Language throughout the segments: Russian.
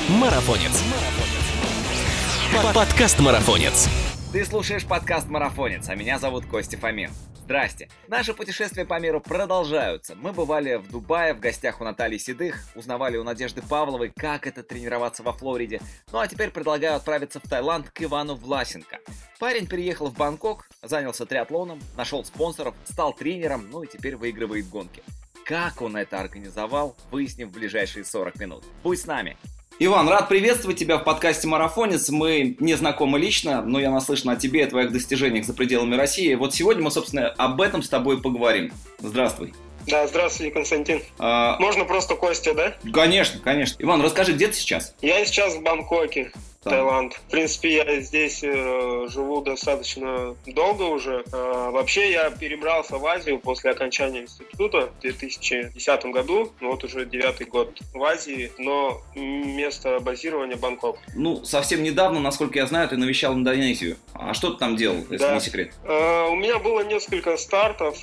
Марафонец. Подкаст «Марафонец». Ты слушаешь подкаст «Марафонец», а меня зовут Костя Фомин. Здрасте. Наши путешествия по миру продолжаются. Мы бывали в Дубае, в гостях у Натальи Седых, узнавали у Надежды Павловой, как это тренироваться во Флориде. Ну а теперь предлагаю отправиться в Таиланд к Ивану Власенко. Парень переехал в Бангкок, занялся триатлоном, нашел спонсоров, стал тренером, ну и теперь выигрывает гонки. Как он это организовал, выясним в ближайшие 40 минут. Будь с нами! Иван, рад приветствовать тебя в подкасте «Марафонец». Мы не знакомы лично, но я наслышан о тебе и о твоих достижениях за пределами России. Вот сегодня мы, собственно, об этом с тобой поговорим. Здравствуй. Да, здравствуйте, Константин. Можно просто Костя, да? Конечно, конечно. Иван, расскажи, где ты сейчас? Я сейчас в Бангкоке, Таиланд. В принципе, я здесь живу достаточно долго уже. Вообще, я перебрался в Азию после окончания института в 2010 году. Вот уже 9-й год в Азии, но место базирования Бангкок. Ну, совсем недавно, насколько я знаю, ты навещал Индонезию. А что ты там делал, если не секрет? У меня было несколько стартов.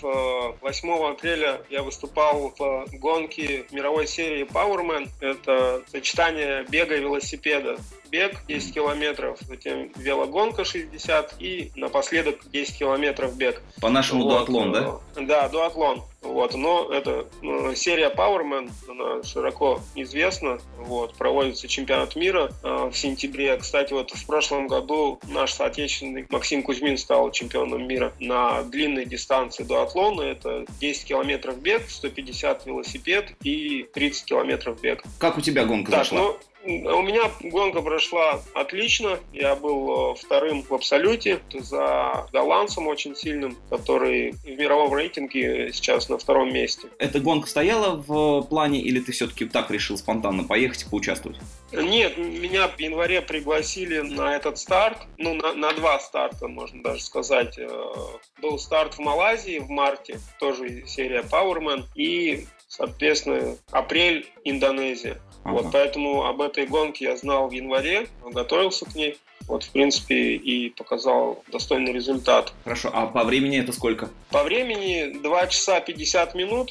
8 апреля я выступал в гонке мировой серии Powerman. Это сочетание бега и велосипеда. Бег 10 километров, затем велогонка 60 и напоследок 10 километров бег. По-нашему дуатлон, да? Да, дуатлон. Но это серия Powerman, она широко известна. Проводится чемпионат мира в сентябре. Кстати, в прошлом году наш соотечественник Максим Кузьмин стал чемпионом мира на длинной дистанции дуатлона. Это 10 километров бег, 150 велосипед и 30 километров бег. Как у тебя гонка зашла? У меня гонка прошла отлично. Я был вторым в абсолюте за голландцем очень сильным, который в мировом рейтинге сейчас на втором месте. Эта гонка стояла в плане, или ты все-таки так решил спонтанно поехать и поучаствовать? Нет, меня в январе пригласили на этот старт. На два старта, можно даже сказать. Был старт в Малайзии в марте, тоже серия Powerman. И, соответственно, апрель Индонезия. Поэтому об этой гонке я знал в январе, готовился к ней. В принципе, и показал достойный результат. Хорошо, а по времени это сколько? По времени 2 часа 50 минут.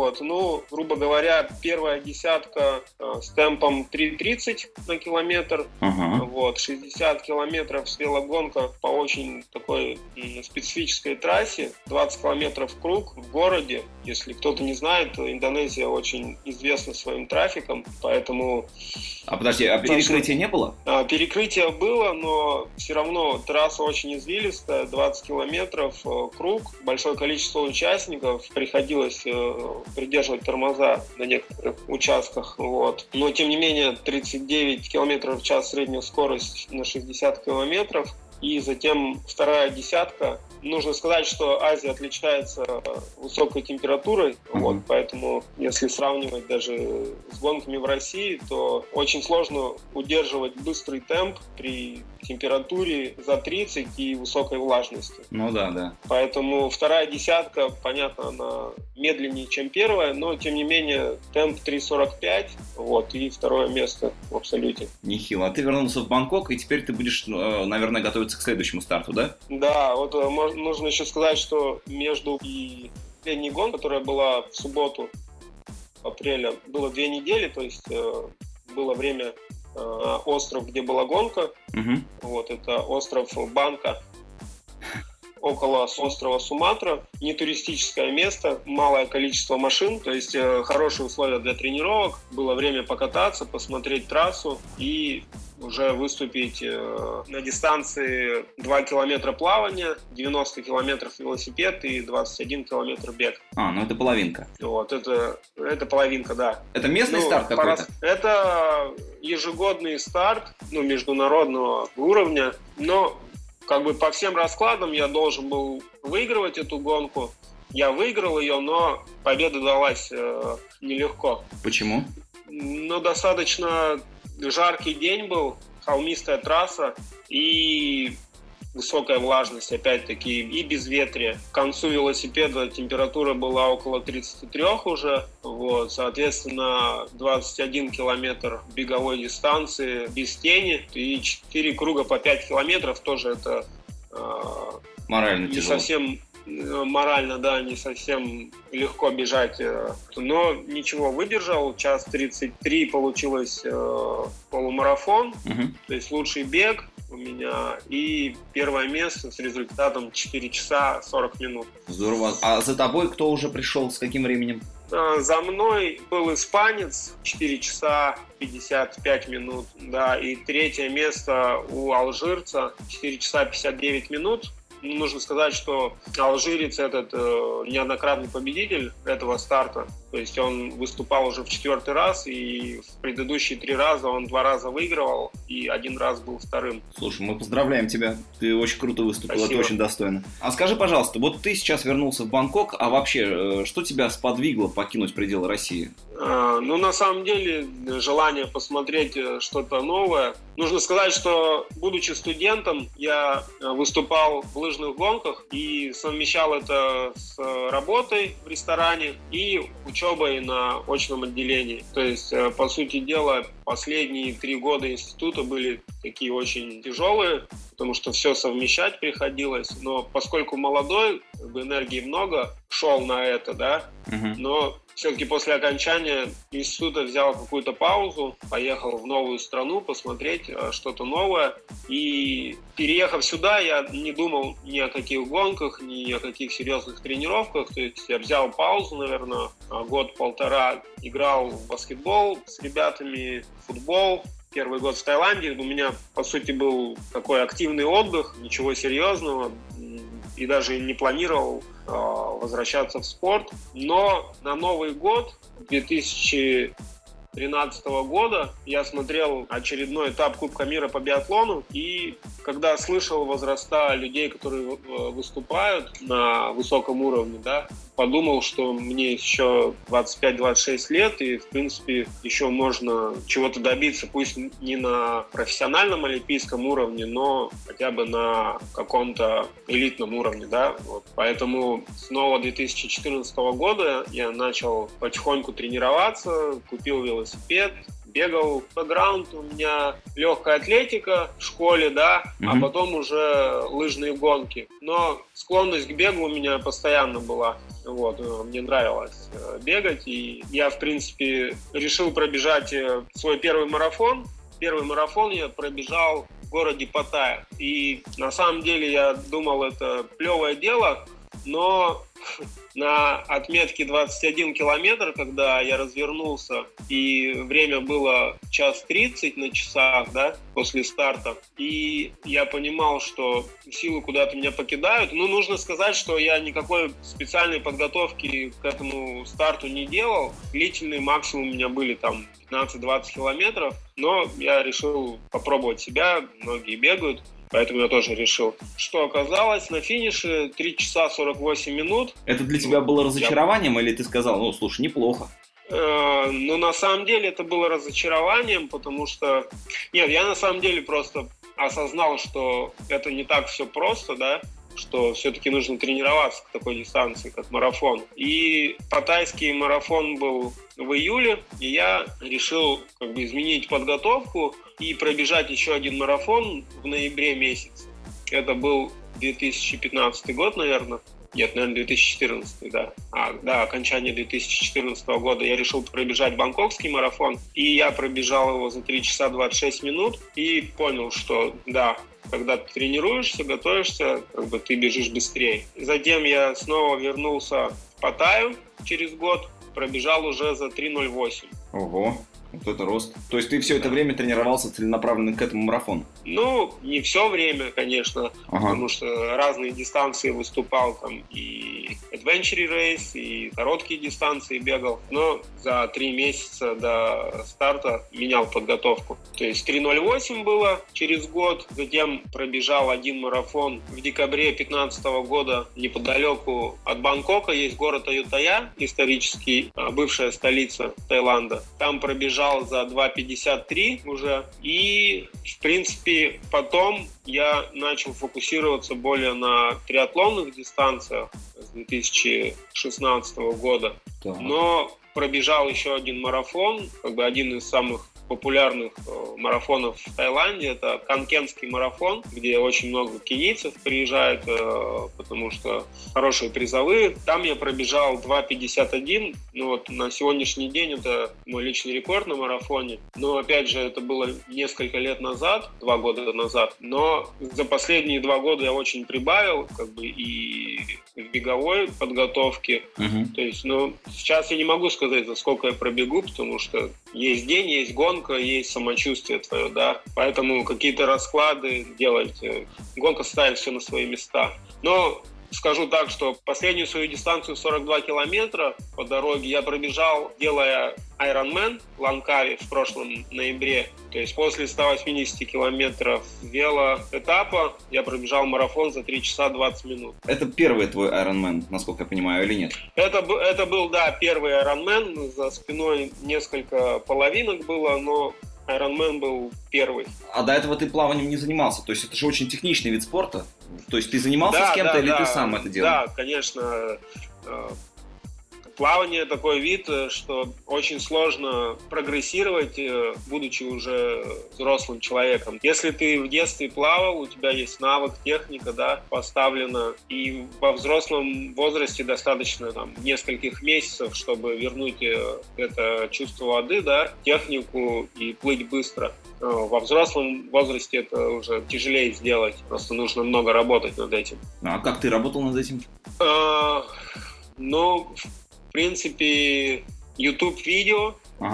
Грубо говоря, первая десятка с темпом 3:30 на километр. 60 километров с велогонка по очень такой специфической трассе. 20 километров круг в городе. Если кто-то не знает, Индонезия очень известна своим трафиком, поэтому... Подожди, перекрытия не было? Перекрытие было, но все равно трасса очень извилистая, 20 километров, круг, большое количество участников, приходилось придерживать тормоза на некоторых участках. Но, тем не менее, 39 километров в час средняя скорость на 60 километров. И затем вторая десятка. Нужно сказать, что Азия отличается высокой температурой, поэтому если сравнивать даже с гонками в России, то очень сложно удерживать быстрый темп при температуре за 30 и высокой влажности. Да. Поэтому вторая десятка, понятно, она медленнее, чем первая, но тем не менее темп 3:45, и второе место в абсолюте. Нехило. А ты вернулся в Бангкок, и теперь ты будешь, наверное, готовиться к следующему старту, да? Да, нужно еще сказать, что между и последней гонкой, которая была в субботу, апреля, было 2 недели, то есть было время остров, где была гонка. Это остров Банка, около острова Суматра. Не туристическое место, малое количество машин, то есть хорошие условия для тренировок. Было время покататься, посмотреть трассу и уже выступить на дистанции 2 километра плавания, 90 километров велосипед и 21 километр бег. Это половинка. Это половинка, да. Это местный старт какой-то? Это ежегодный старт, международного уровня, но по всем раскладам я должен был выигрывать эту гонку. Я выиграл ее, но победа далась нелегко. Почему? Достаточно жаркий день был, холмистая трасса и высокая влажность, опять-таки, и безветрие. К концу велосипеда температура была около 33 уже. Соответственно, 21 километр беговой дистанции без тени и 4 круга по 5 километров. Тоже это морально не тяжело. совсем морально, да, не совсем легко бежать, но ничего, выдержал, час 33 получилось полумарафон, то есть лучший бег у меня и первое место с результатом 4 часа 40 минут. Здорово. А за тобой кто уже пришел, с каким временем? За мной был испанец, 4 часа 55 минут, да, и третье место у алжирца, 4 часа 59 минут. Нужно сказать, что алжирец этот неоднократный победитель этого старта. То есть он выступал уже в 4-й раз, и в предыдущие 3 раза он 2 раза выигрывал, и 1 раз был вторым. Слушай, мы поздравляем тебя. Ты очень круто выступил, Спасибо. Это очень достойно. А скажи, пожалуйста, вот ты сейчас вернулся в Бангкок, а вообще, что тебя сподвигло покинуть пределы России? Ну, на самом деле, желание посмотреть что-то новое. Нужно сказать, что, будучи студентом, я выступал в лыжных гонках и совмещал это с работой в ресторане и учебой на очном отделении. То есть, по сути дела, последние 3 года института были такие очень тяжелые, потому что все совмещать приходилось. Но поскольку молодой, энергии много, шел на это, да, но все-таки после окончания института взял какую-то паузу, поехал в новую страну посмотреть что-то новое. И переехав сюда, я не думал ни о каких гонках, ни о каких серьезных тренировках. То есть я взял паузу, наверное, 1-1.5 играл в баскетбол с ребятами, в футбол. Первый год в Таиланде у меня, по сути, был такой активный отдых, ничего серьезного, и даже не планировал возвращаться в спорт. Но на Новый год 2013 года я смотрел очередной этап Кубка мира по биатлону, и когда слышал возраста людей, которые выступают на высоком уровне, да, подумал, что мне еще 25-26 лет, и, в принципе, еще можно чего-то добиться, пусть не на профессиональном олимпийском уровне, но хотя бы на каком-то элитном уровне, да. Вот. Поэтому с нового 2014 года я начал потихоньку тренироваться, купил велосипед, бегал. Бэкграунд у меня легкая атлетика в школе, да, а потом уже лыжные гонки. Но склонность к бегу у меня постоянно была. Вот, мне нравилось бегать, и я, в принципе, решил пробежать свой первый марафон. Первый марафон я пробежал в городе Паттайя. И на самом деле я думал, это плевое дело, но на отметке 21 километр, когда я развернулся, и время было 1:30 на часах, да, после старта, и я понимал, что силы куда-то меня покидают. Ну, нужно сказать, что я никакой специальной подготовки к этому старту не делал. Длительные максимум у меня были там 15-20 километров, но я решил попробовать себя, многие бегают. Поэтому я тоже решил. Что оказалось, на финише 3 часа 48 минут. Это для тебя было разочарованием, или ты сказал, ну, слушай, неплохо? Ну, на самом деле это было разочарованием, потому что... Нет, я на самом деле просто осознал, что это не так все просто, да, что все-таки нужно тренироваться к такой дистанции, как марафон. И паттайский марафон был в июле, и я решил как бы изменить подготовку и пробежать еще один марафон в ноябре месяце. Это был 2015 год, наверное. Нет, наверное, 2014, да. Да, окончание 2014 года я решил пробежать бангкокский марафон, и я пробежал его за 3 часа 26 минут и понял, что да, когда ты тренируешься, готовишься, как бы ты бежишь быстрее. Затем я снова вернулся в Паттайю через год, пробежал уже за 3:08. Ого, вот это рост. То есть ты все это время тренировался целенаправленно к этому марафону? Ну, не все время, конечно, потому что разные дистанции выступал, там и Adventure Race, и короткие дистанции бегал, но за 3 месяца до старта менял подготовку. То есть 3:08 было через год, затем пробежал один марафон в декабре 2015 года неподалеку от Бангкока, есть город Аютая, исторический, бывшая столица Таиланда. Там пробежал за 2:53 уже, и в принципе потом я начал фокусироваться более на триатлонных дистанциях с 2016 года. Так. Но пробежал еще один марафон, как бы один из самых популярных марафонов в Таиланде. Это Канкенский марафон, где очень много кенийцев приезжает, потому что хорошие призовые. Там я пробежал 2:51. На сегодняшний день это мой личный рекорд на марафоне. Но, опять же, это было несколько лет назад, 2 года назад. Но за последние 2 года я очень прибавил, и в беговой подготовке. То есть, сейчас я не могу сказать, за сколько я пробегу, потому что есть день, есть гонка, есть самочувствие твое, да. Поэтому какие-то расклады делать, гонка ставит все на свои места. Но скажу так, что последнюю свою дистанцию 42 километра по дороге я пробежал, делая Ironman в Ланкаве в прошлом ноябре. То есть после 180 километров велоэтапа я пробежал марафон за 3 часа 20 минут. Это первый твой Ironman, насколько я понимаю, или нет? Это был, да, первый Ironman. За спиной несколько половинок было, но Ironman был первый. А до этого ты плаванием не занимался? То есть это же очень техничный вид спорта? То есть ты занимался с кем-то или ты сам это делал? Да, конечно. Плавание такой вид, что очень сложно прогрессировать, будучи уже взрослым человеком. Если ты в детстве плавал, у тебя есть навык, техника, да, поставлена, и во взрослом возрасте достаточно нескольких месяцев, чтобы вернуть это чувство воды, да, технику и плыть быстро. Во взрослом возрасте это уже тяжелее сделать, просто нужно много работать над этим. А как ты работал над этим? В принципе, YouTube-видео.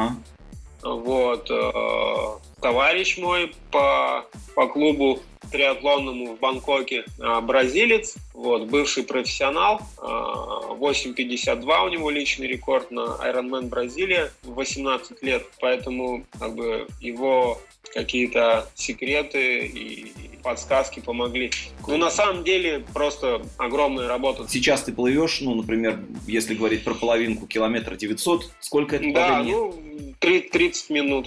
Товарищ мой по клубу триатлонному в Бангкоке, бразилец, бывший профессионал, 8:52 у него личный рекорд на Ironman Бразилия в 18 лет, поэтому его какие-то секреты и подсказки помогли. На самом деле просто огромная работа. Сейчас ты плывешь, например, если говорить про половинку, 900 километров, сколько это по времени? 30 минут.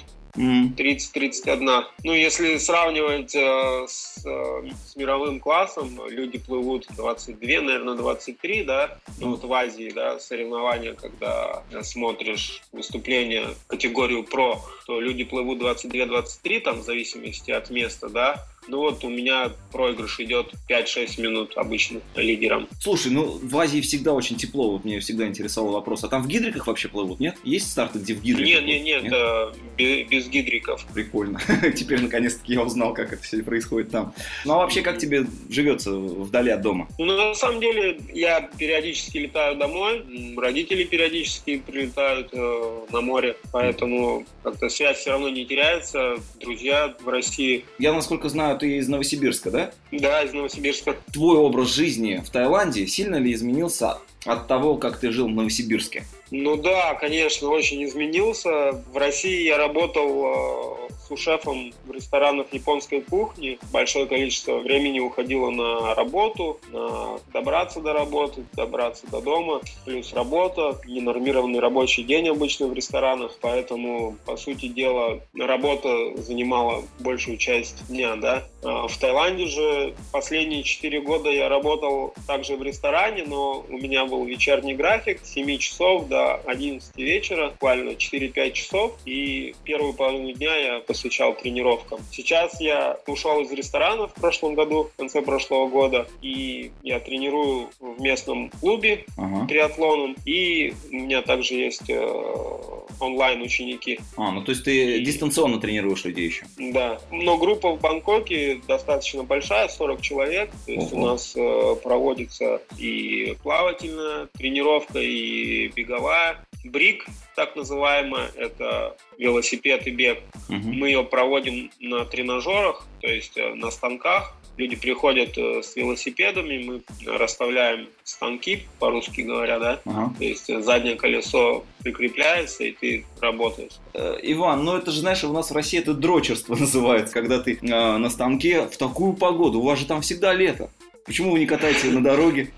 30-31. Если сравнивать с мировым классом, люди плывут 22, наверное, 23, да, в Азии, да, соревнования, когда смотришь выступления категорию про, то люди плывут 22-23, в зависимости от места, да. У меня проигрыш идет 5-6 минут обычно лидером. Слушай, в Азии всегда очень тепло, мне всегда интересовал вопрос. А там в гидриках вообще плывут, нет? Есть старты, где в гидриках? Нет, без гидриков. Прикольно. Теперь наконец-таки я узнал, как это все происходит там. А вообще, как тебе живется вдали от дома? На самом деле, я периодически летаю домой, родители периодически прилетают на море, поэтому как-то связь все равно не теряется, друзья в России. Я, насколько знаю, ты из Новосибирска, да? Да, из Новосибирска. Твой образ жизни в Таиланде сильно ли изменился от того, как ты жил в Новосибирске? Да, конечно, очень изменился. В России я работал су-шефом в ресторанах японской кухни. Большое количество времени уходило на работу, на добраться до работы, добраться до дома, плюс работа, ненормированный рабочий день обычно в ресторанах, поэтому, по сути дела, работа занимала большую часть дня, да. В Таиланде же последние 4 года я работал также в ресторане, но у меня был вечерний график с 7 часов до 11 вечера, буквально 4-5 часов, и первую половину дня я посвящал тренировкам. Сейчас я ушел из ресторана в прошлом году, в конце прошлого года, и я тренирую в местном клубе триатлоном, и у меня также есть онлайн-ученики. То есть ты дистанционно тренируешь людей еще? Да, но группа в Бангкоке достаточно большая, 40 человек, то есть у нас проводится и плавательная тренировка, и беговая. Брик, так называемая, это велосипед и бег. Мы ее проводим на тренажерах, то есть на станках. Люди приходят с велосипедами, мы расставляем станки, по-русски говоря, да. То есть заднее колесо прикрепляется, и ты работаешь. Иван, это же, знаешь, у нас в России это дрочерство называется, когда ты на станке в такую погоду. У вас же там всегда лето. Почему вы не катаетесь на дороге?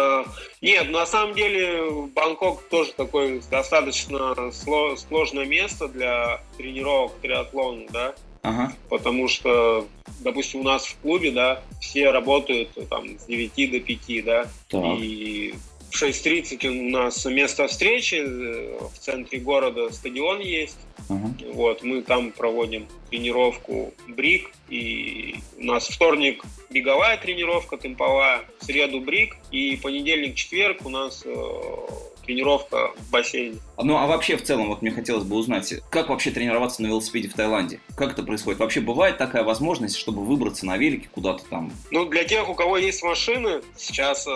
Нет, на самом деле Бангкок тоже такое достаточно сложное место для тренировок триатлона, да. Потому что, допустим, у нас в клубе, да, все работают с 9 до 5, да. И в в 6:30 у нас место встречи, в центре города стадион есть. Вот, мы там проводим тренировку брик, и у нас вторник беговая тренировка темповая, в среду брик, и понедельник, четверг у нас тренировка в бассейне. Ну, а вообще, в целом, вот мне хотелось бы узнать, как вообще тренироваться на велосипеде в Таиланде? Как это происходит? Вообще бывает такая возможность, чтобы выбраться на велике куда-то там? Ну, для тех, у кого есть машины, сейчас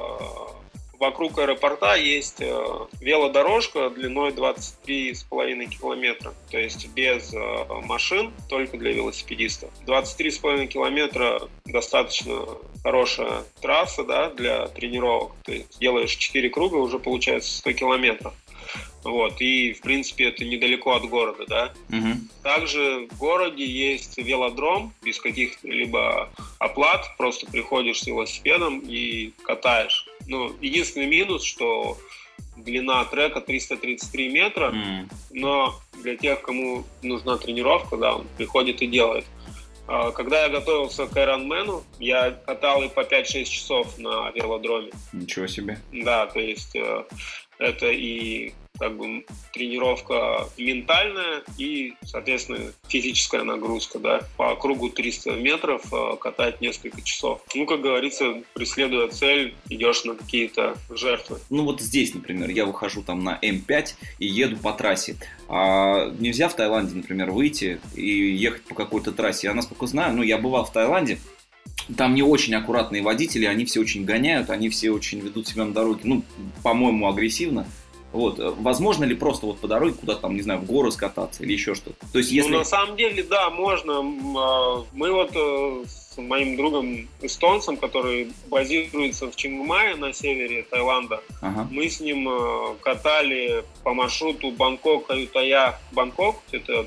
вокруг аэропорта есть велодорожка длиной 23,5 километра. То есть без машин, только для велосипедистов. 23,5 километра достаточно хорошая трасса, да, для тренировок. То есть делаешь 4 круга, уже получается 100 километров. Вот, и, в принципе, это недалеко от города, да. Также в городе есть велодром без каких-либо оплат, просто приходишь с велосипедом и катаешь. Ну, единственный минус, что длина трека 333 метра, но для тех, кому нужна тренировка, да, он приходит и делает. Когда я готовился к Ironman'у, я катал и по 5-6 часов на велодроме. Ничего себе. Да, то есть это и как бы тренировка ментальная и, соответственно, физическая нагрузка, да, по кругу 300 метров катать несколько часов. Ну, как говорится, преследуя цель, идешь на какие-то жертвы. Ну, вот здесь, например, я выхожу там на М5 и еду по трассе. А нельзя в Таиланде, например, выйти и ехать по какой-то трассе? Я, насколько знаю, ну, я бывал в Таиланде, там не очень аккуратные водители, они все очень гоняют, они все очень ведут себя на дороге, ну, по-моему, агрессивно. Вот, возможно ли просто вот по дороге куда-то там, не знаю, в горы скататься или еще что-то? То есть, если... Ну, на самом деле, да, можно. Мы вот с моим другом эстонцем, который базируется в Чингмае на севере Таиланда, мы с ним катали по маршруту Бангкок-Аютая-Бангкок. Это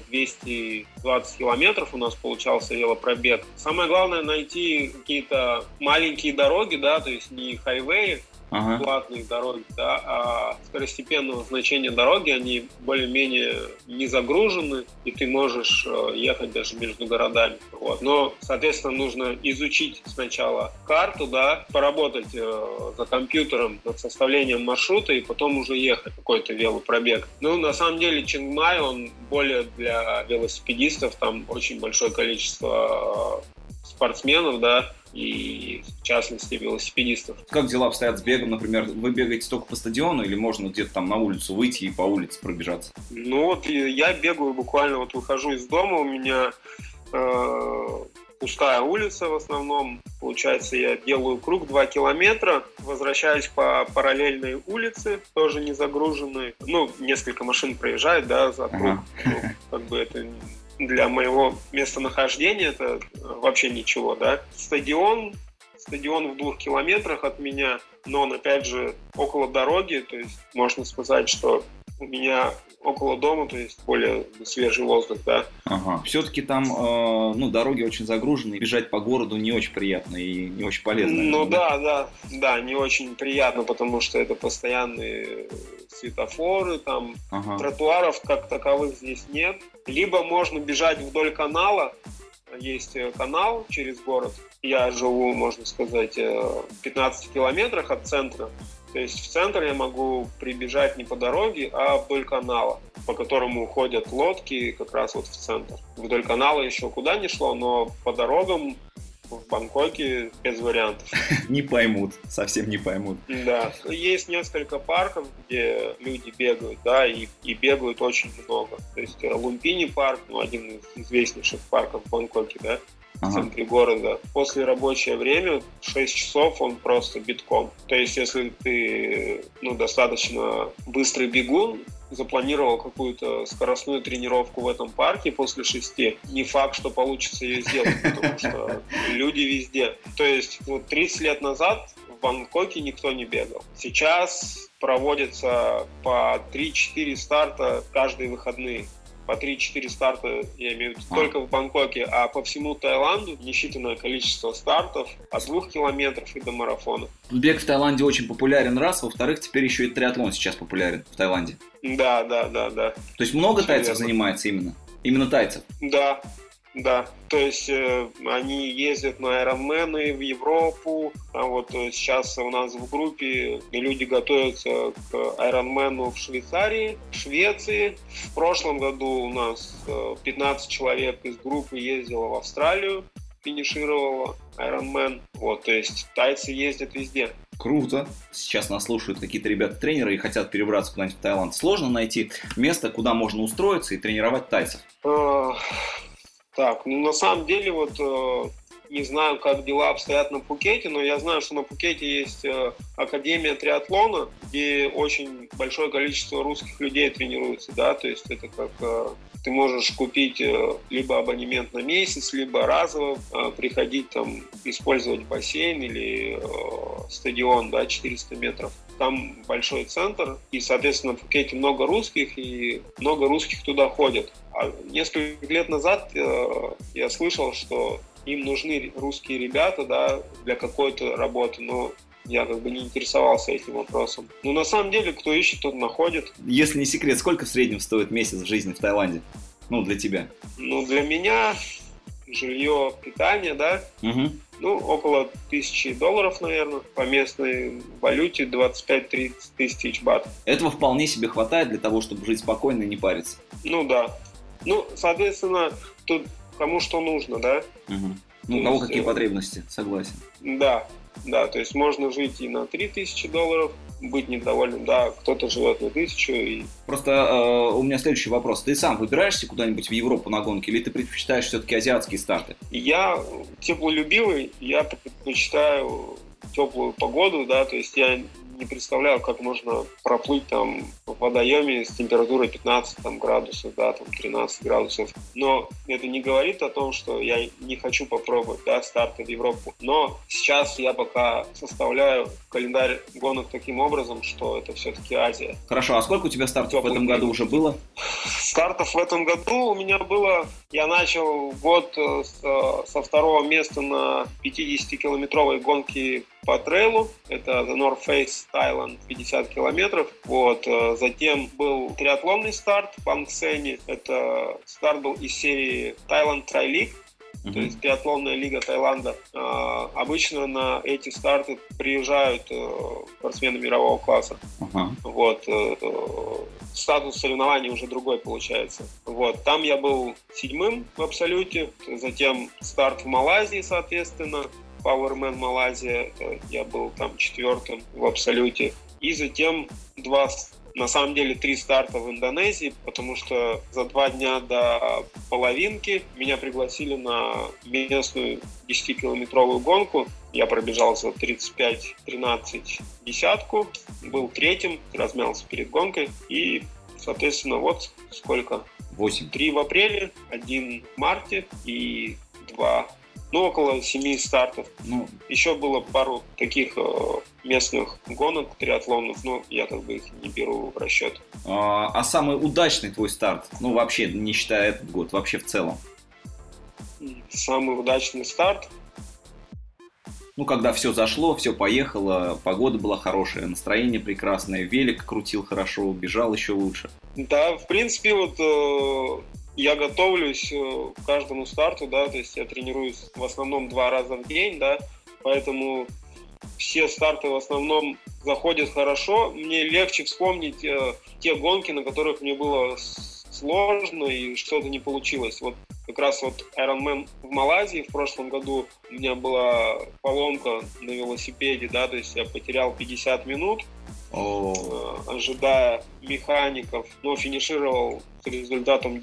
220 километров у нас получался велопробег. Самое главное найти какие-то маленькие дороги, да, то есть не хайвеи, платные дороги, да, а скоростепенного значения дороги, они более-менее не загружены, и ты можешь ехать даже между городами. Вот. Но, соответственно, нужно изучить сначала карту, да, поработать за компьютером над составлением маршрута и потом уже ехать какой-то велопробег. Ну, на самом деле, Чингмай, он более для велосипедистов, там очень большое количество спортсменов, да, и в частности велосипедистов. Как дела обстоят с бегом, например? Вы бегаете только по стадиону или можно где-то там на улицу выйти и по улице пробежаться? Ну вот я бегаю буквально, вот выхожу из дома, у меня пустая улица в основном. Получается, я делаю круг 2 километра, возвращаюсь по параллельной улице, тоже не загруженной. Ну, несколько машин проезжают, да, за круг. Ну, как бы это... Для моего местонахождения это вообще ничего, да. Стадион в 2 километрах от меня, но он, опять же, около дороги, то есть можно сказать, что у меня около дома, то есть более свежий воздух, да. Все-таки там, ну, дороги очень загружены, бежать по городу не очень приятно и не очень полезно. Ну да, не очень приятно, потому что это постоянные светофоры, там тротуаров как таковых здесь нет. Либо можно бежать вдоль канала, есть канал через город. Я живу, можно сказать, в 15 километрах от центра. То есть в центр я могу прибежать не по дороге, а вдоль канала, по которому ходят лодки как раз вот в центр. Вдоль канала еще куда ни шло, но по дорогам в Бангкоке без вариантов. Не поймут, совсем не поймут. Да, есть несколько парков, где люди бегают, да, и бегают очень много. То есть Лумпини парк, ну, один из известнейших парков в Бангкоке, да, в центре города. После рабочее время 6 часов он просто битком. То есть если ты, ну, достаточно быстрый бегун, запланировал какую-то скоростную тренировку в этом парке после 6, не факт, что получится ее сделать, потому что люди везде. То есть вот 30 лет назад в Бангкоке никто не бегал. Сейчас проводятся по 3-4 старта каждые выходные. По 3-4 старта, я имею в виду, только в Бангкоке, а по всему Таиланду несчитанное количество стартов от 2 километров и до марафона. Бег в Таиланде очень популярен, раз. Во-вторых, теперь еще и триатлон сейчас популярен в Таиланде. Да. То есть много тайцев занимается именно? Именно тайцев? Да. Да, то есть они ездят на Ironman в Европу, а вот сейчас у нас в группе люди готовятся к Ironman в Швейцарии, в Швеции. В прошлом году у нас 15 человек из группы ездило в Австралию, финишировало Ironman. Вот, то есть тайцы ездят везде. Круто. Сейчас нас слушают какие-то ребята-тренеры и хотят перебраться куда-нибудь в Таиланд. Сложно найти место, куда можно устроиться и тренировать тайцев? Так, ну на самом деле вот не знаю, как дела обстоят на Пхукете, но я знаю, что на Пхукете есть Академия триатлона, где очень большое количество русских людей тренируется, да, то есть это как ты можешь купить либо абонемент на месяц, либо разово приходить там, использовать бассейн или стадион, да, 400 метров. Там большой центр, и, соответственно, в Пхукете много русских, и много русских туда ходят. А несколько лет назад я слышал, что им нужны русские ребята, да, для какой-то работы, но я как бы не интересовался этим вопросом. Но на самом деле, кто ищет, тот находит. Если не секрет, сколько в среднем стоит месяц в жизни в Таиланде? Ну, для тебя. Ну, для меня жилье, питание, да, ну, около $1000, наверное, по местной валюте 25-30 тысяч бат. Этого вполне себе хватает для того, чтобы жить спокойно и не париться. Ну, да. Ну, соответственно, тут кому что нужно, да? Ну, у кого какие потребности, согласен. Да, то есть можно жить и на $3000, быть недовольным, да, кто-то живет на 1000. И... Просто у меня следующий вопрос. Ты сам выбираешься куда-нибудь в Европу на гонки, или ты предпочитаешь все-таки азиатские старты? Я теплолюбивый, я предпочитаю теплую погоду, да, то есть я не представляю, как можно проплыть там в водоеме с температурой 15 там, градусов, да, там 13 градусов. Но это не говорит о том, что я не хочу попробовать, да, старты в Европу. Но сейчас я пока составляю календарь гонок таким образом, что это все-таки Азия. Хорошо, а сколько у тебя стартов в этом году уже было? Стартов в этом году у меня было... Я начал год со 2-го места на 50-километровой гонке по трейлу. Это The North Face Thailand, 50 километров. Вот. Затем был триатлонный старт в Пангсене. Это старт был из серии Thailand Tri League. То есть триатлонная лига Таиланда. Обычно на эти старты приезжают спортсмены мирового класса. Вот. Статус соревнований уже другой получается. Вот. Там я был 7-м в абсолюте. Затем старт в Малайзии, соответственно. Powerman Малайзия. Я был там 4-м в абсолюте. И затем на самом деле 3 старта в Индонезии, потому что за 2 дня до половинки меня пригласили на местную 10-километровую гонку. Я пробежал за 35-13 десятку, был 3-м, размялся перед гонкой. И, соответственно, вот сколько? 8. 3 в апреле, 1 в марте и 2... Ну, около 7 стартов. Еще было пару таких местных гонок, триатлонов, но я как бы их не беру в расчет. А самый удачный твой старт? Ну, вообще, не считая этот год, вообще в целом. Самый удачный старт? Ну, когда все зашло, все поехало, погода была хорошая, настроение прекрасное, велик крутил хорошо, бежал еще лучше. Да, в принципе, вот... Я готовлюсь к каждому старту, да, то есть я тренируюсь в основном 2 раза в день, да, поэтому все старты в основном заходят хорошо. Мне легче вспомнить те гонки, на которых мне было сложно и что-то не получилось. Вот как раз вот Ironman в Малайзии в прошлом году у меня была поломка на велосипеде, да, то есть я потерял 50 минут, ожидая механиков, но финишировал с результатом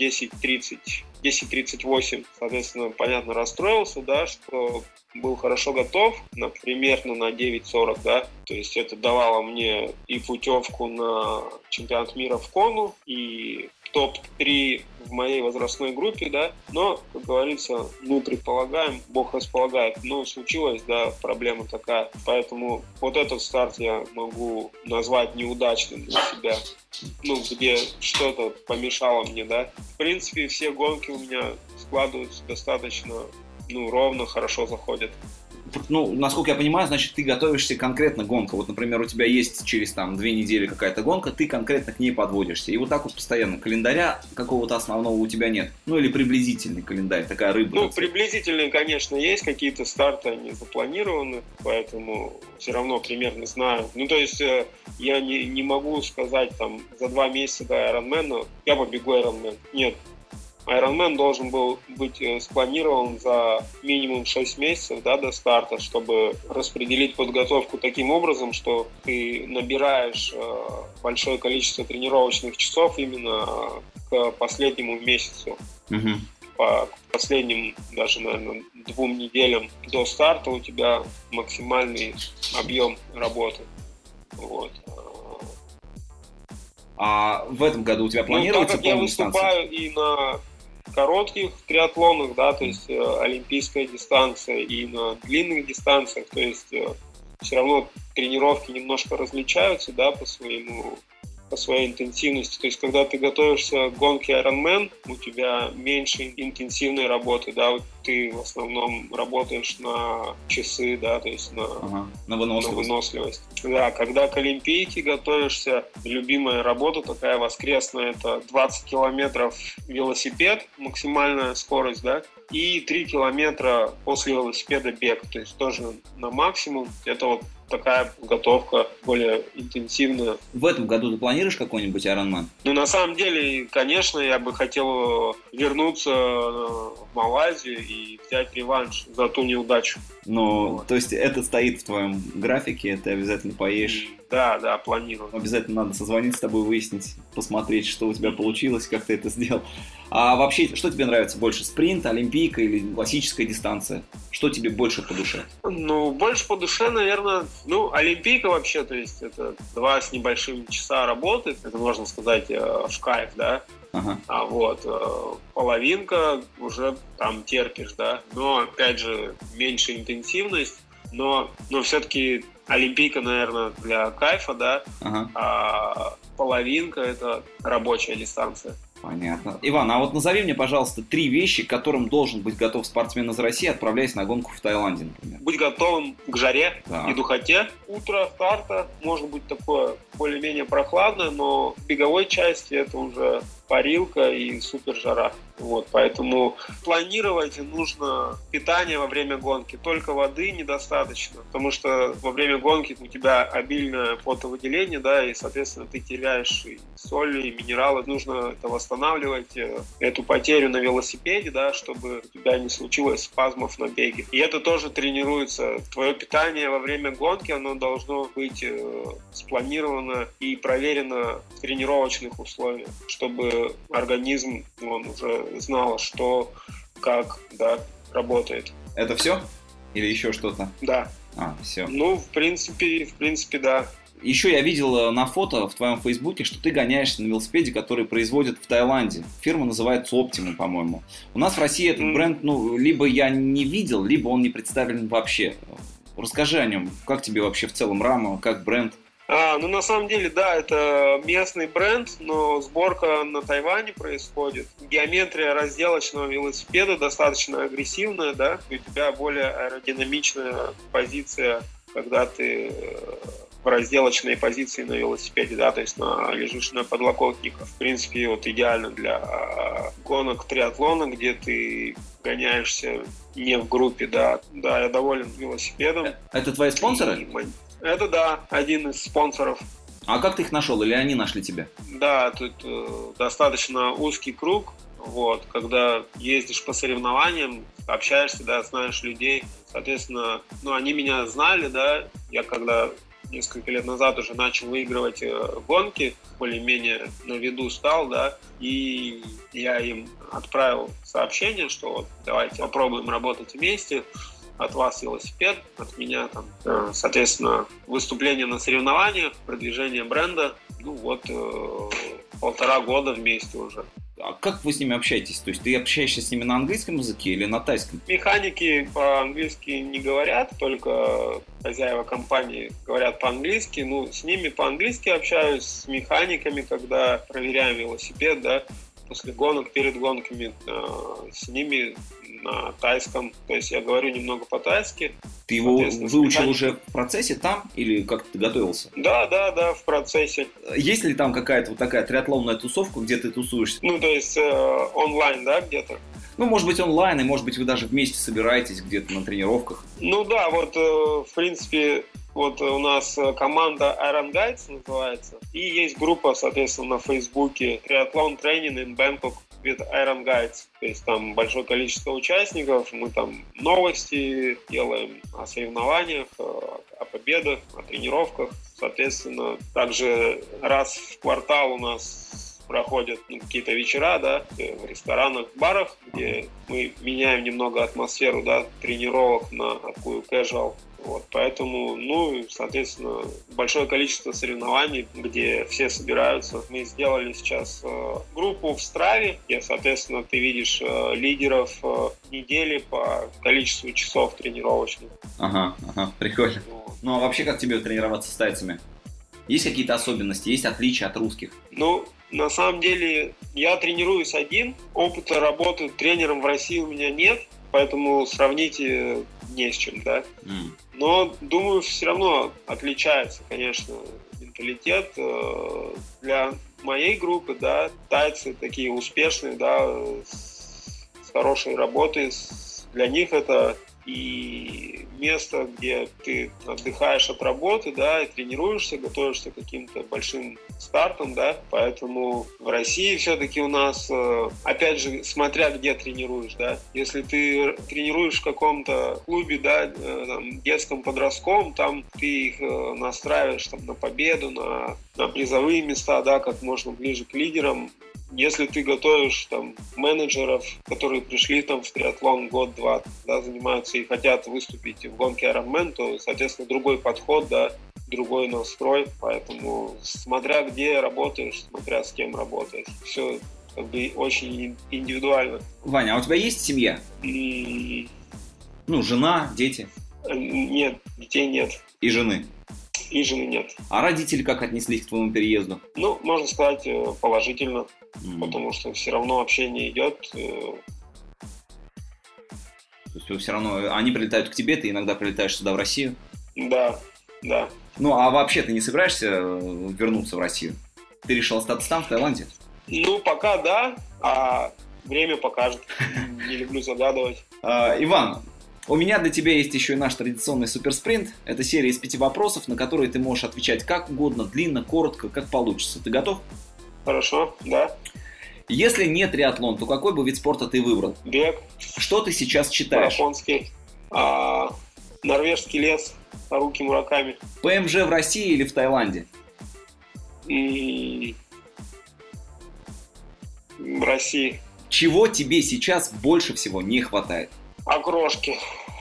10:38. Соответственно, понятно, расстроился, да, что был хорошо готов, примерно на 9:40, да, то есть это давало мне и путевку на чемпионат мира в Кону, и топ-3 в моей возрастной группе, да, но, как говорится, мы предполагаем, Бог располагает, но случилась, да, проблема такая, поэтому вот этот старт я могу назвать неудачным для себя, ну, где что-то помешало мне, да. В принципе, все гонки у меня складываются достаточно, ну, ровно, хорошо заходят. Ну, насколько я понимаю, значит, ты готовишься конкретно к гонке. Вот, например, у тебя есть через 2 недели какая-то гонка, ты конкретно к ней подводишься. И вот так вот постоянно. Календаря какого-то основного у тебя нет. Ну, или приблизительный календарь, такая рыба. Ну, приблизительные, конечно, есть. Какие-то старты, они запланированы, поэтому все равно примерно знаю. Ну, то есть, я не могу сказать, там, за 2 месяца до Ironman я побегу Ironman. Нет. Ironman должен был быть спланирован за минимум 6 месяцев, да, до старта, чтобы распределить подготовку таким образом, что ты набираешь большое количество тренировочных часов именно к последнему месяцу. По последним, даже, наверное, 2 неделям до старта у тебя максимальный объем работы. Вот. А в этом году у тебя планируется полная дистанция? Так как я выступаю и на коротких триатлонах, да, то есть олимпийская дистанция, и на длинных дистанциях, то есть все равно тренировки немножко различаются, да, по своей интенсивности. То есть, когда ты готовишься к гонке Ironman, у тебя меньше интенсивной работы, да, вот ты в основном работаешь на часы, да, то есть на выносливость. Да, когда к Олимпийке готовишься, любимая работа такая воскресная, это 20 километров велосипед, максимальная скорость, да, и 3 километра после велосипеда бег, то есть тоже на максимум. Это вот такая подготовка более интенсивная. В этом году ты планируешь какой-нибудь Ironman? Ну, на самом деле, конечно, я бы хотел вернуться в Малайзию и взять реванш за ту неудачу. Ну, вот. То есть это стоит в твоем графике, ты обязательно поедешь? Да, планирую. Обязательно надо созвониться с тобой, выяснить, посмотреть, что у тебя получилось, как ты это сделал. А вообще, что тебе нравится больше, спринт, олимпийка или классическая дистанция? Что тебе больше по душе? Ну, больше по душе, наверное, олимпийка вообще, то есть это 2 с небольшим часа работы, это можно сказать в кайф, да? Ага. А вот половинка уже там терпишь, да? Но, опять же, меньше интенсивность, но все-таки олимпийка, наверное, для кайфа, да? Ага. А половинка — это рабочая дистанция. Понятно. Иван, а вот назови мне, пожалуйста, 3 вещи, к которым должен быть готов спортсмен из России, отправляясь на гонку в Таиланде, например. Быть готовым к жаре и духоте. Утро старта может быть такое более-менее прохладное, но в беговой части это уже парилка и супер жара. Вот, поэтому планировать нужно питание во время гонки. Только воды недостаточно, потому что во время гонки у тебя обильное потовыделение, да, и, соответственно, ты теряешь и соли, и минералы. Нужно это восстанавливать, эту потерю на велосипеде, да, чтобы у тебя не случилось спазмов на беге. И это тоже тренируется. Твое питание во время гонки, оно должно быть спланировано и проверено в тренировочных условиях, чтобы организм, он уже знал, что, как, да, работает. Это все? Или еще что-то? Да. Все. Ну, в принципе, да. Еще я видел на фото в твоем фейсбуке, что ты гоняешься на велосипеде, который производят в Таиланде. Фирма называется Optimum, по-моему. У нас в России этот бренд, либо я не видел, либо он не представлен вообще. Расскажи о нем. Как тебе вообще в целом рама, как бренд? На самом деле, да, это местный бренд, но сборка на Тайване происходит. Геометрия разделочного велосипеда достаточно агрессивная, да, и у тебя более аэродинамичная позиция, когда ты в разделочной позиции на велосипеде, да, то есть лежишь на подлокотниках. В принципе, вот идеально для гонок триатлона, где ты гоняешься не в группе, да. Да, я доволен велосипедом. Это твои спонсоры? Это, да, один из спонсоров. А как ты их нашел, или они нашли тебя? Да, тут достаточно узкий круг. Вот, когда ездишь по соревнованиям, общаешься, да, знаешь людей. Соответственно, они меня знали, да. Я когда несколько лет назад уже начал выигрывать гонки, более-менее на виду стал, да, и я им отправил сообщение, что вот давайте попробуем работать вместе. От вас велосипед, от меня там, соответственно, выступление на соревнованиях, продвижение бренда. 1,5 года вместе уже. А как вы с ними общаетесь? То есть ты общаешься с ними на английском языке или на тайском? Механики по-английски не говорят, только хозяева компании говорят по-английски. С ними по-английски общаюсь, с механиками, когда проверяем велосипед, да. после гонок, перед гонками с ними на тайском. То есть я говорю немного по-тайски. Ты его выучил уже в процессе там или как ты готовился? Да, в процессе. Есть ли там какая-то вот такая триатлонная тусовка, где ты тусуешься? Ну, то есть онлайн, да, где-то? Ну, может быть, онлайн, и может быть, вы даже вместе собираетесь где-то на тренировках. Ну да, вот в принципе, вот у нас команда Iron Guides называется, и есть группа, соответственно, на Фейсбуке Triathlon Training in Bangkok with Iron Guides. То есть там большое количество участников, мы там новости делаем о соревнованиях, о победах, о тренировках. Соответственно, также раз в квартал у нас проходят какие-то вечера, да, в ресторанах, барах, где мы меняем немного атмосферу, да, тренировок на такую casual. Вот, поэтому, соответственно, большое количество соревнований, где все собираются. Мы сделали сейчас группу в Страве, где, соответственно, ты видишь лидеров недели по количеству часов тренировочных. Ага, прикольно. Вот. Ну, а вообще, как тебе тренироваться с тайцами? Есть какие-то особенности, есть отличия от русских? Ну, на самом деле, я тренируюсь один, опыта работы тренером в России у меня нет, поэтому сравнить не с чем, да. Но, думаю, все равно отличается, конечно, менталитет. Для моей группы, да, тайцы такие успешные, да, с хорошей работой, для них это и место, где ты отдыхаешь от работы, да, и тренируешься, готовишься к каким-то большим стартам, да, поэтому в России все-таки у нас, опять же, смотря где тренируешь, да, если ты тренируешь в каком-то клубе, да, там, детском, подростковом, там ты их настраиваешь там, на победу, на призовые места, да, как можно ближе к лидерам. Если ты готовишь там менеджеров, которые пришли там в триатлон год-два, да, занимаются и хотят выступить в гонке Ironman, то, соответственно, другой подход, да, другой настрой, поэтому смотря где работаешь, смотря с кем работаешь, все как бы очень индивидуально. Ваня, а у тебя есть семья? Ну, жена, дети? Нет, детей нет. И жены? И жены нет. А родители как отнеслись к твоему переезду? Ну, можно сказать, положительно, потому что все равно общение идет. То есть все равно они прилетают к тебе, ты иногда прилетаешь сюда в Россию? Да. Ну, а вообще ты не собираешься вернуться в Россию? Ты решил остаться там, в Таиланде? Ну, пока да, а время покажет. Не люблю загадывать. Иван, у меня для тебя есть еще и наш традиционный суперспринт. Это серия из 5 вопросов, на которые ты можешь отвечать как угодно, длинно, коротко, как получится. Ты готов? Хорошо, да. Если не триатлон, то какой бы вид спорта ты выбрал? Бег. Что ты сейчас читаешь? Марафонский. Норвежский лес. Харуки Мураками. ПМЖ в России или в Таиланде? В России. Чего тебе сейчас больше всего не хватает? Окрошки.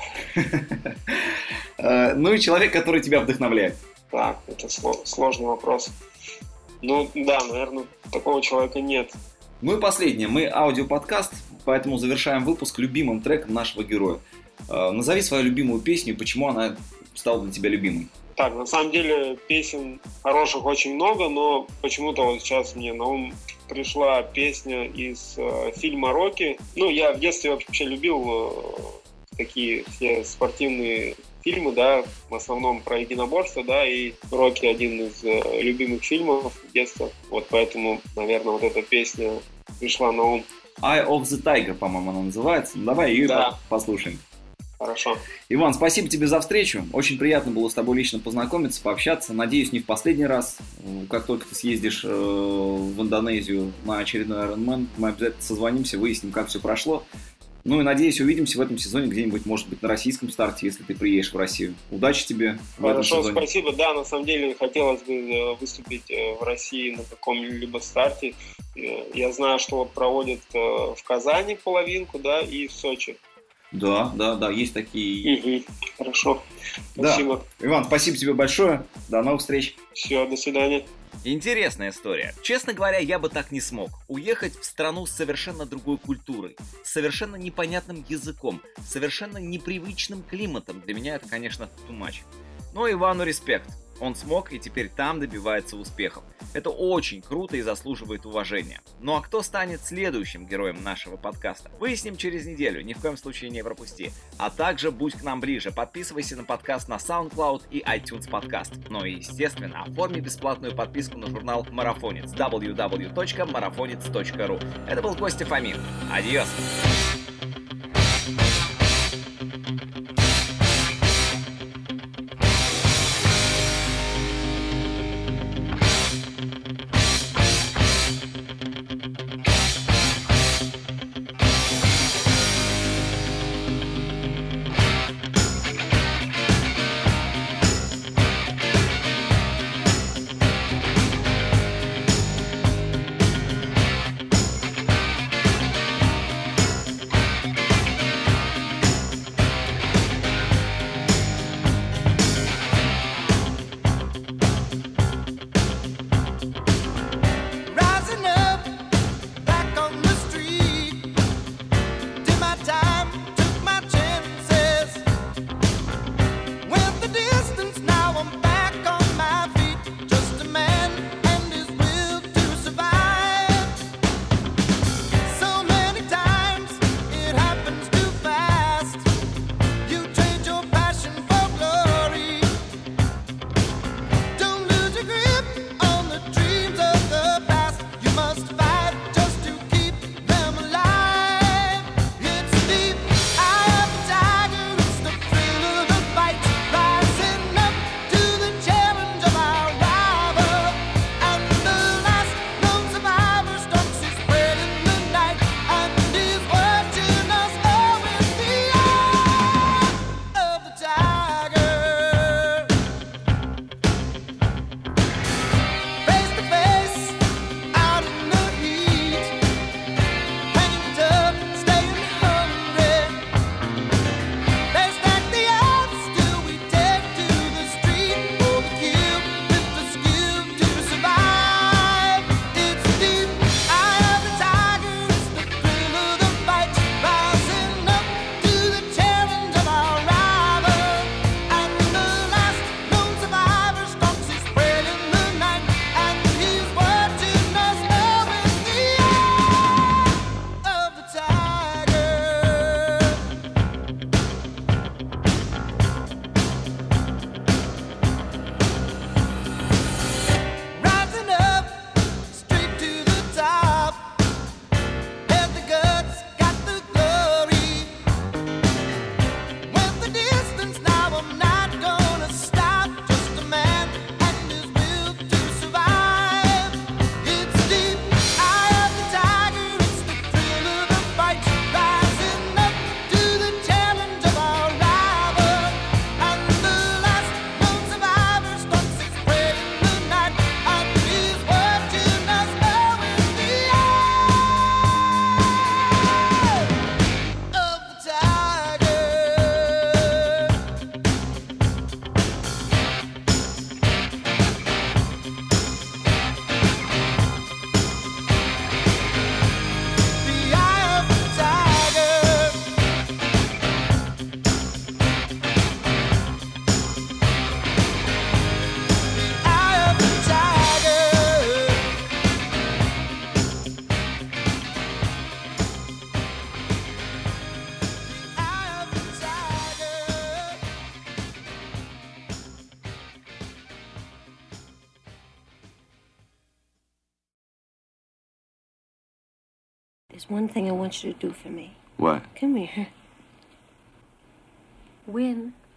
Ну и человек, который тебя вдохновляет. Так, это сложный вопрос. Ну да, наверное, такого человека нет. Ну и последнее. Мы аудиоподкаст, поэтому завершаем выпуск любимым треком нашего героя. Назови свою любимую песню, почему она стала для тебя любимой. Так, на самом деле песен хороших очень много, но почему-то вот сейчас мне на ум пришла песня из фильма «Рокки». Ну, я в детстве вообще любил такие все спортивные фильмы, да, в основном про единоборство, да, и «Рокки» один из любимых фильмов детства. Вот поэтому, наверное, вот эта песня пришла на ум. Eye of the Tiger, по-моему, она называется. Давай ее послушаем. Хорошо. Иван, спасибо тебе за встречу. Очень приятно было с тобой лично познакомиться, пообщаться. Надеюсь, не в последний раз. Как только ты съездишь в Индонезию на очередной Ironman, мы обязательно созвонимся, выясним, как все прошло. Ну и надеюсь, увидимся в этом сезоне где-нибудь, может быть, на российском старте, если ты приедешь в Россию. Удачи тебе в этом сезоне. Хорошо, спасибо. Да, на самом деле хотелось бы выступить в России на каком-либо старте. Я знаю, что вот проводят в Казани половинку, да, и в Сочи. Да, есть такие. Хорошо. Спасибо. Да. Иван, спасибо тебе большое. До новых встреч. Все, до свидания. Интересная история. Честно говоря, я бы так не смог. Уехать в страну с совершенно другой культурой, с совершенно непонятным языком, совершенно непривычным климатом. Для меня это, конечно, too much. Но Ивану респект. Он смог и теперь там добивается успехов. Это очень круто и заслуживает уважения. Ну а кто станет следующим героем нашего подкаста? Выясним через неделю, ни в коем случае не пропусти. А также будь к нам ближе, подписывайся на подкаст на SoundCloud и iTunes Podcast. Ну и естественно, оформи бесплатную подписку на журнал «Марафонец» www.marafonец.ru. Это был Костя Фомин. Адьос! There's one thing I want you to do for me. What? Come here. Win.